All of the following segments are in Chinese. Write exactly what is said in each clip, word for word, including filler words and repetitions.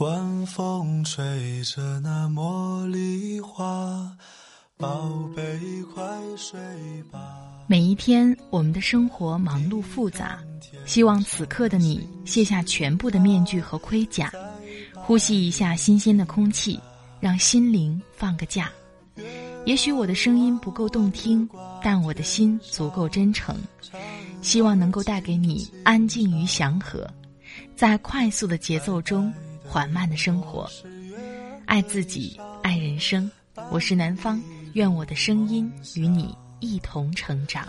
晚风吹着那茉莉花，宝贝快睡吧。 每一天我们的生活忙碌复杂，希望此刻的你卸下全部的面具和盔甲，呼吸一下新鲜的空气，让心灵放个假。也许我的声音不够动听，但我的心足够真诚，希望能够带给你安静与祥和，在快速的节奏中缓慢的生活。爱自己，爱人生，我是南方，愿我的声音与你一同成长。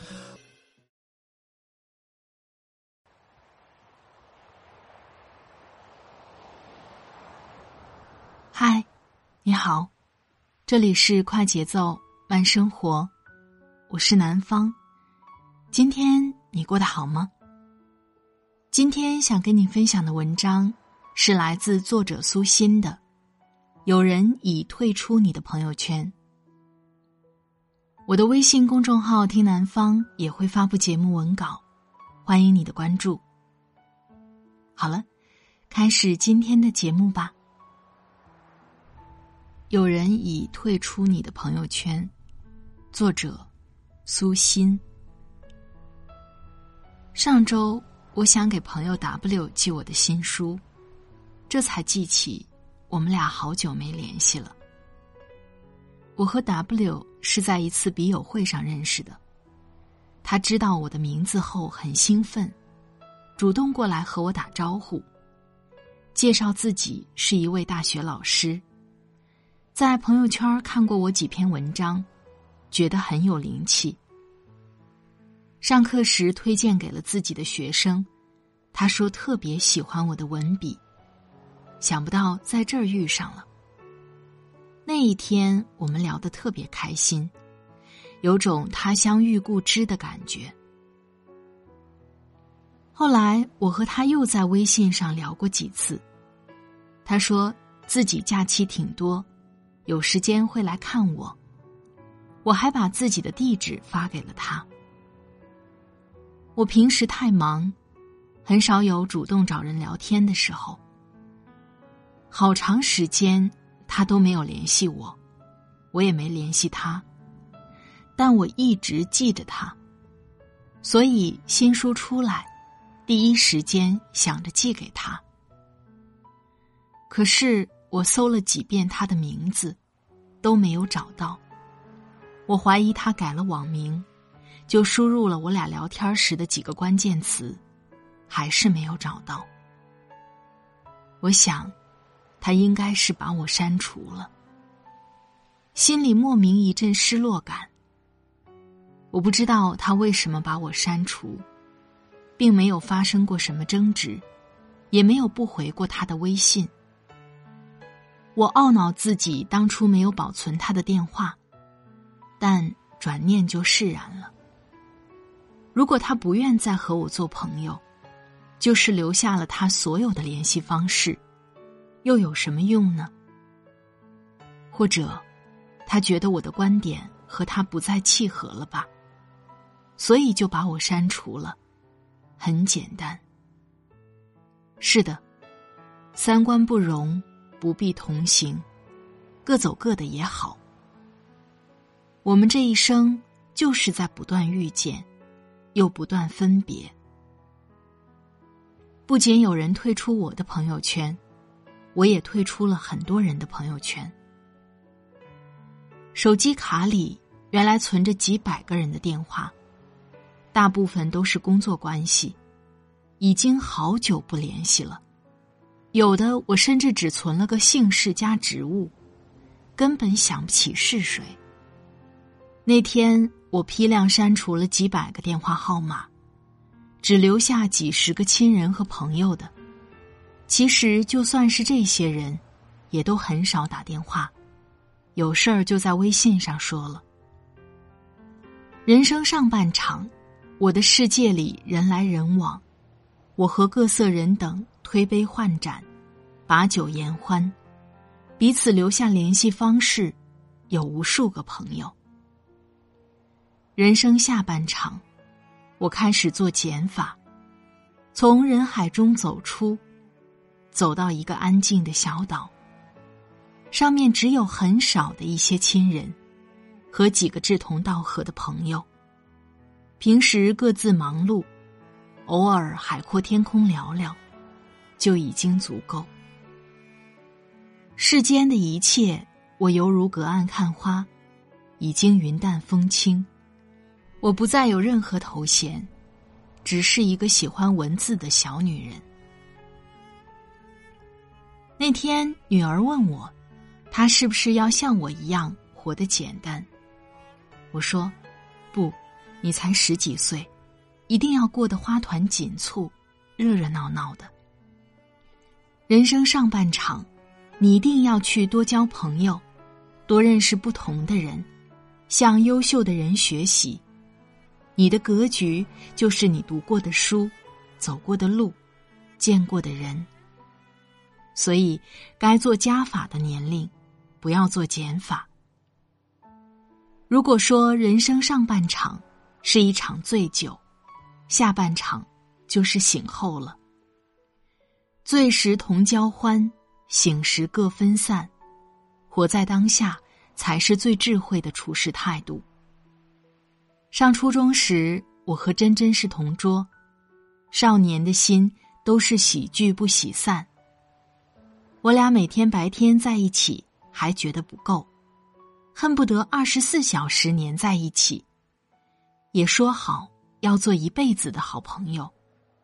嗨，你好，这里是快节奏慢生活，我是南方。今天你过得好吗？今天想跟你分享的文章是来自作者苏欣的，有人已退出你的朋友圈。我的微信公众号听南方也会发布节目文稿，欢迎你的关注。好了，开始今天的节目吧。有人已退出你的朋友圈，作者苏欣。上周我想给朋友 W 寄我的新书，这才记起我们俩好久没联系了。我和 W 是在一次笔友会上认识的，他知道我的名字后很兴奋，主动过来和我打招呼，介绍自己是一位大学老师，在朋友圈看过我几篇文章，觉得很有灵气。上课时推荐给了自己的学生，他说特别喜欢我的文笔，想不到在这儿遇上了。那一天我们聊得特别开心，有种他乡遇故知的感觉。后来我和他又在微信上聊过几次，他说自己假期挺多，有时间会来看我，我还把自己的地址发给了他。我平时太忙，很少有主动找人聊天的时候，好长时间他都没有联系我，我也没联系他，但我一直记着他，所以新书出来，第一时间想着寄给他。可是我搜了几遍他的名字，都没有找到。我怀疑他改了网名，就输入了我俩聊天时的几个关键词，还是没有找到。我想他应该是把我删除了，心里莫名一阵失落感。我不知道他为什么把我删除，并没有发生过什么争执，也没有不回过他的微信。我懊恼自己当初没有保存他的电话，但转念就释然了。如果他不愿再和我做朋友，就是留下了他所有的联系方式，又有什么用呢？或者他觉得我的观点和他不再契合了吧，所以就把我删除了，很简单。是的，三观不容，不必同行，各走各的也好。我们这一生就是在不断遇见，又不断分别。不仅有人退出我的朋友圈，我也退出了很多人的朋友圈。手机卡里原来存着几百个人的电话，大部分都是工作关系，已经好久不联系了。有的我甚至只存了个姓氏加职务，根本想不起是谁。那天我批量删除了几百个电话号码，只留下几十个亲人和朋友的。其实就算是这些人，也都很少打电话，有事儿就在微信上说了。人生上半场，我的世界里人来人往，我和各色人等推杯换盏，把酒言欢，彼此留下联系方式，有无数个朋友。人生下半场，我开始做减法，从人海中走出， 走到一个安静的小岛，上面只有很少的一些亲人和几个志同道合的朋友，平时各自忙碌，偶尔海阔天空聊聊，就已经足够。世间的一切，我犹如隔岸看花，已经云淡风轻。我不再有任何头衔，只是一个喜欢文字的小女人。那天女儿问我，她是不是要像我一样活得简单？我说，不，你才十几岁，一定要过得花团锦簇，热热闹闹的。人生上半场，你一定要去多交朋友，多认识不同的人，向优秀的人学习。你的格局就是你读过的书，走过的路，见过的人。所以该做加法的年龄，不要做减法。如果说人生上半场是一场醉酒，下半场就是醒后了。醉时同交欢，醒时各分散，活在当下才是最智慧的处事态度。上初中时，我和珍珍是同桌，少年的心都是喜聚不喜散。我俩每天白天在一起还觉得不够，恨不得二十四小时黏在一起，也说好要做一辈子的好朋友。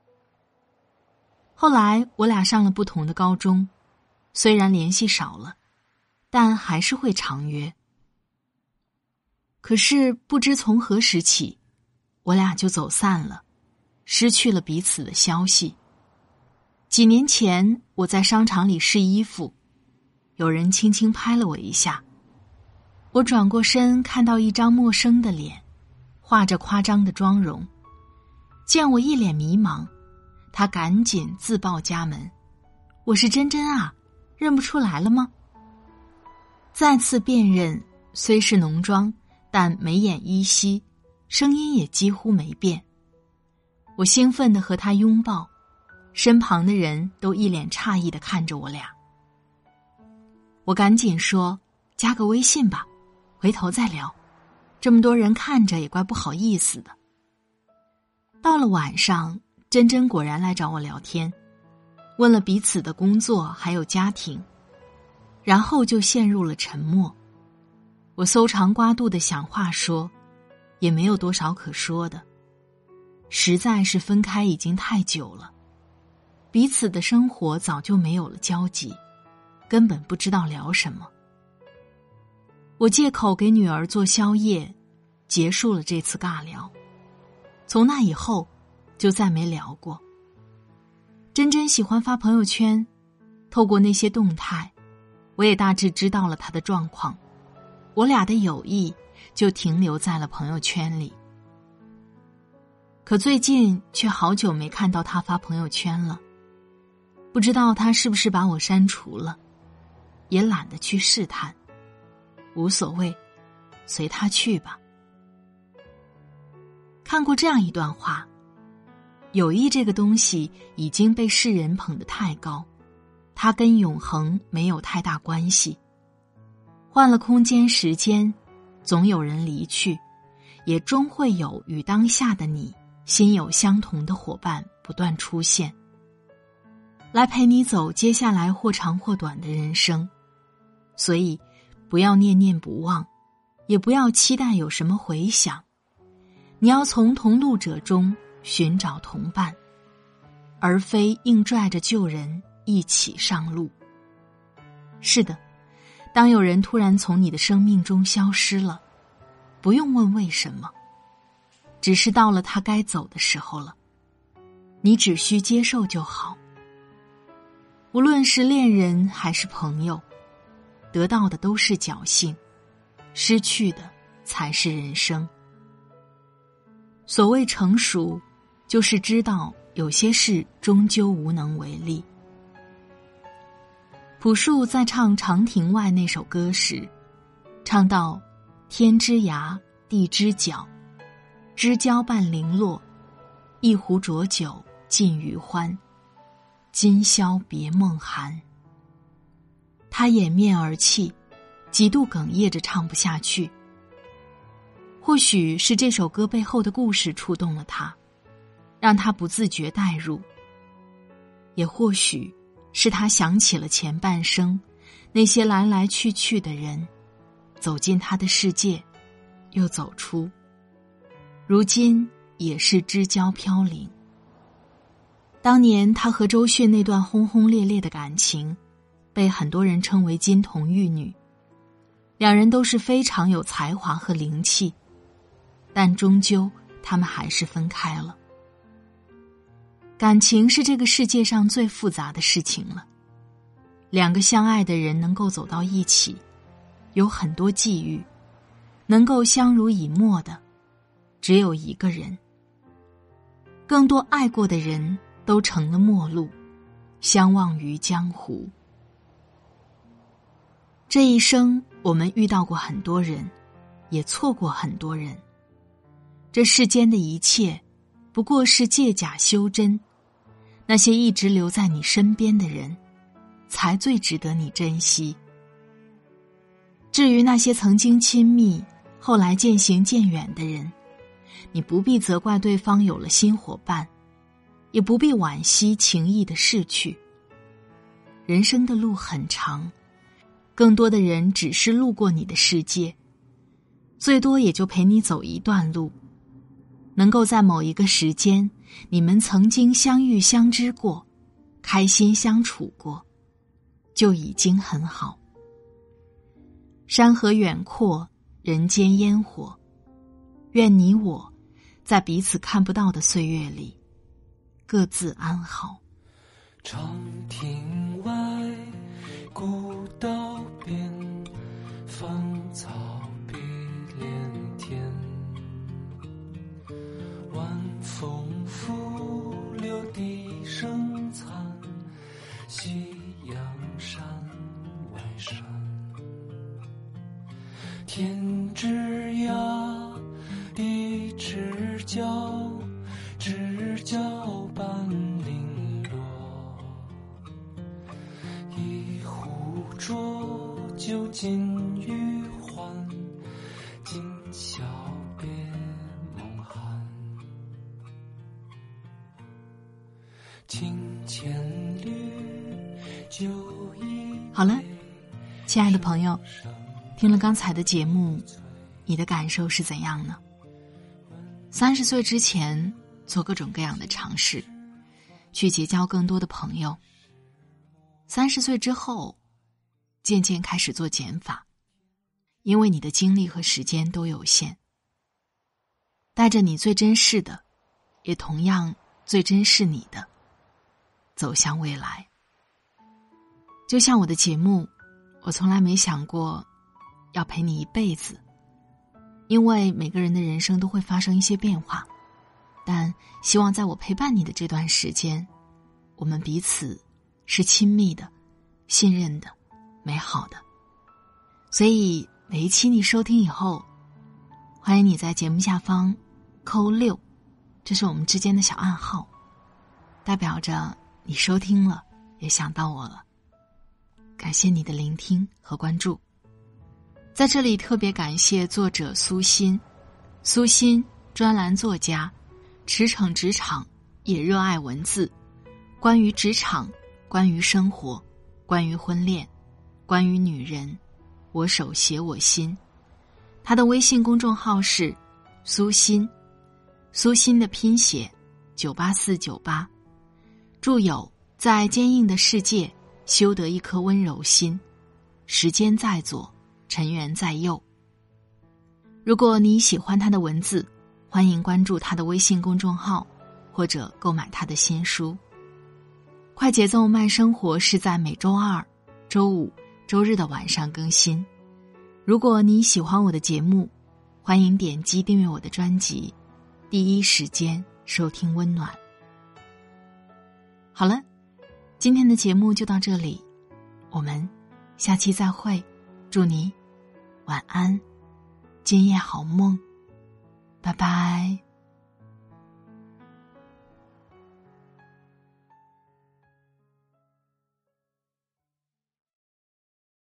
后来我俩上了不同的高中，虽然联系少了，但还是会常约。可是不知从何时起，我俩就走散了，失去了彼此的消息。几年前，我在商场里试衣服，有人轻轻拍了我一下，我转过身，看到一张陌生的脸，画着夸张的妆容。见我一脸迷茫，他赶紧自报家门：“我是珍珍啊，认不出来了吗？”再次辨认，虽是浓妆，但眉眼依稀，声音也几乎没变。我兴奋地和他拥抱，身旁的人都一脸诧异地看着我俩。我赶紧说，加个微信吧，回头再聊，这么多人看着也怪不好意思的。到了晚上，珍珍果然来找我聊天，问了彼此的工作还有家庭，然后就陷入了沉默。我搜肠刮肚的想话说，也没有多少可说的，实在是分开已经太久了，彼此的生活早就没有了交集，根本不知道聊什么。我借口给女儿做宵夜，结束了这次尬聊。从那以后就再没聊过。珍珍喜欢发朋友圈，透过那些动态，我也大致知道了她的状况，我俩的友谊就停留在了朋友圈里。可最近却好久没看到她发朋友圈了，不知道她是不是把我删除了，也懒得去试探，无所谓，随她去吧。看过这样一段话，友谊这个东西已经被世人捧得太高，它跟永恒没有太大关系。换了空间时间，总有人离去，也终会有与当下的你心有相同的伙伴不断出现，来陪你走接下来或长或短的人生。所以不要念念不忘，也不要期待有什么回响，你要从同路者中寻找同伴，而非硬拽着旧人一起上路。是的，当有人突然从你的生命中消失了，不用问为什么，只是到了他该走的时候了，你只需接受就好。无论是恋人还是朋友，得到的都是侥幸，失去的才是人生。所谓成熟，就是知道有些事终究无能为力。朴树在唱《长亭外》那首歌时，唱到天之涯，地之角，知交半零落，一壶浊酒尽余欢。 今宵别梦寒。他掩面而泣，极度哽咽着唱不下去。或许是这首歌背后的故事触动了他，让他不自觉代入，也或许是他想起了前半生那些来来去去的人，走进他的世界，又走出，如今也是知交飘零。当年他和周迅那段轰轰烈烈的感情，被很多人称为金童玉女，两人都是非常有才华和灵气，但终究他们还是分开了。感情是这个世界上最复杂的事情了，两个相爱的人能够走到一起，有很多际遇，能够相濡以沫的只有一个人。更多爱过的人都成了陌路，相忘于江湖。这一生我们遇到过很多人，也错过很多人。这世间的一切不过是借假修真，那些一直留在你身边的人才最值得你珍惜。至于那些曾经亲密后来渐行渐远的人，你不必责怪对方有了新伙伴，也不必惋惜情谊的逝去。人生的路很长，更多的人只是路过你的世界，最多也就陪你走一段路。能够在某一个时间，你们曾经相遇相知过，开心相处过，就已经很好。山河远阔，人间烟火，愿你我在彼此看不到的岁月里各自安好。 长亭外，古道边，芳草碧连天。晚风拂柳笛声残，夕阳山外山。天之涯，地之角，知交半零落。一壶浊酒尽余欢，今宵别梦寒。清浅绿，酒意。 好了，亲爱的朋友，听了刚才的节目，你的感受是怎样呢？三十岁之前做各种各样的尝试，去结交更多的朋友。三十岁之后，渐渐开始做减法，因为你的精力和时间都有限。带着你最珍视的，也同样最珍视你的，走向未来。就像我的节目，我从来没想过要陪你一辈子，因为每个人的人生都会发生一些变化，但希望在我陪伴你的这段时间，我们彼此是亲密的、信任的、美好的。所以每一期你收听以后，欢迎你在节目下方扣六，这是我们之间的小暗号，代表着你收听了，也想到我了。感谢你的聆听和关注。在这里特别感谢作者苏欣，苏欣专栏作家，驰骋职场，也热爱文字，关于职场，关于生活，关于婚恋，关于女人，我手写我心。他的微信公众号是苏欣，苏欣的拼写九八四九八，著有在坚硬的世界修得一颗温柔心，时间在左，尘缘在右。如果你喜欢他的文字，欢迎关注他的微信公众号，或者购买他的新书。快节奏慢生活是在每周二、周五、周日的晚上更新。如果你喜欢我的节目，欢迎点击订阅我的专辑，第一时间收听温暖。好了，今天的节目就到这里，我们下期再会。祝你晚安，今夜好梦，拜拜。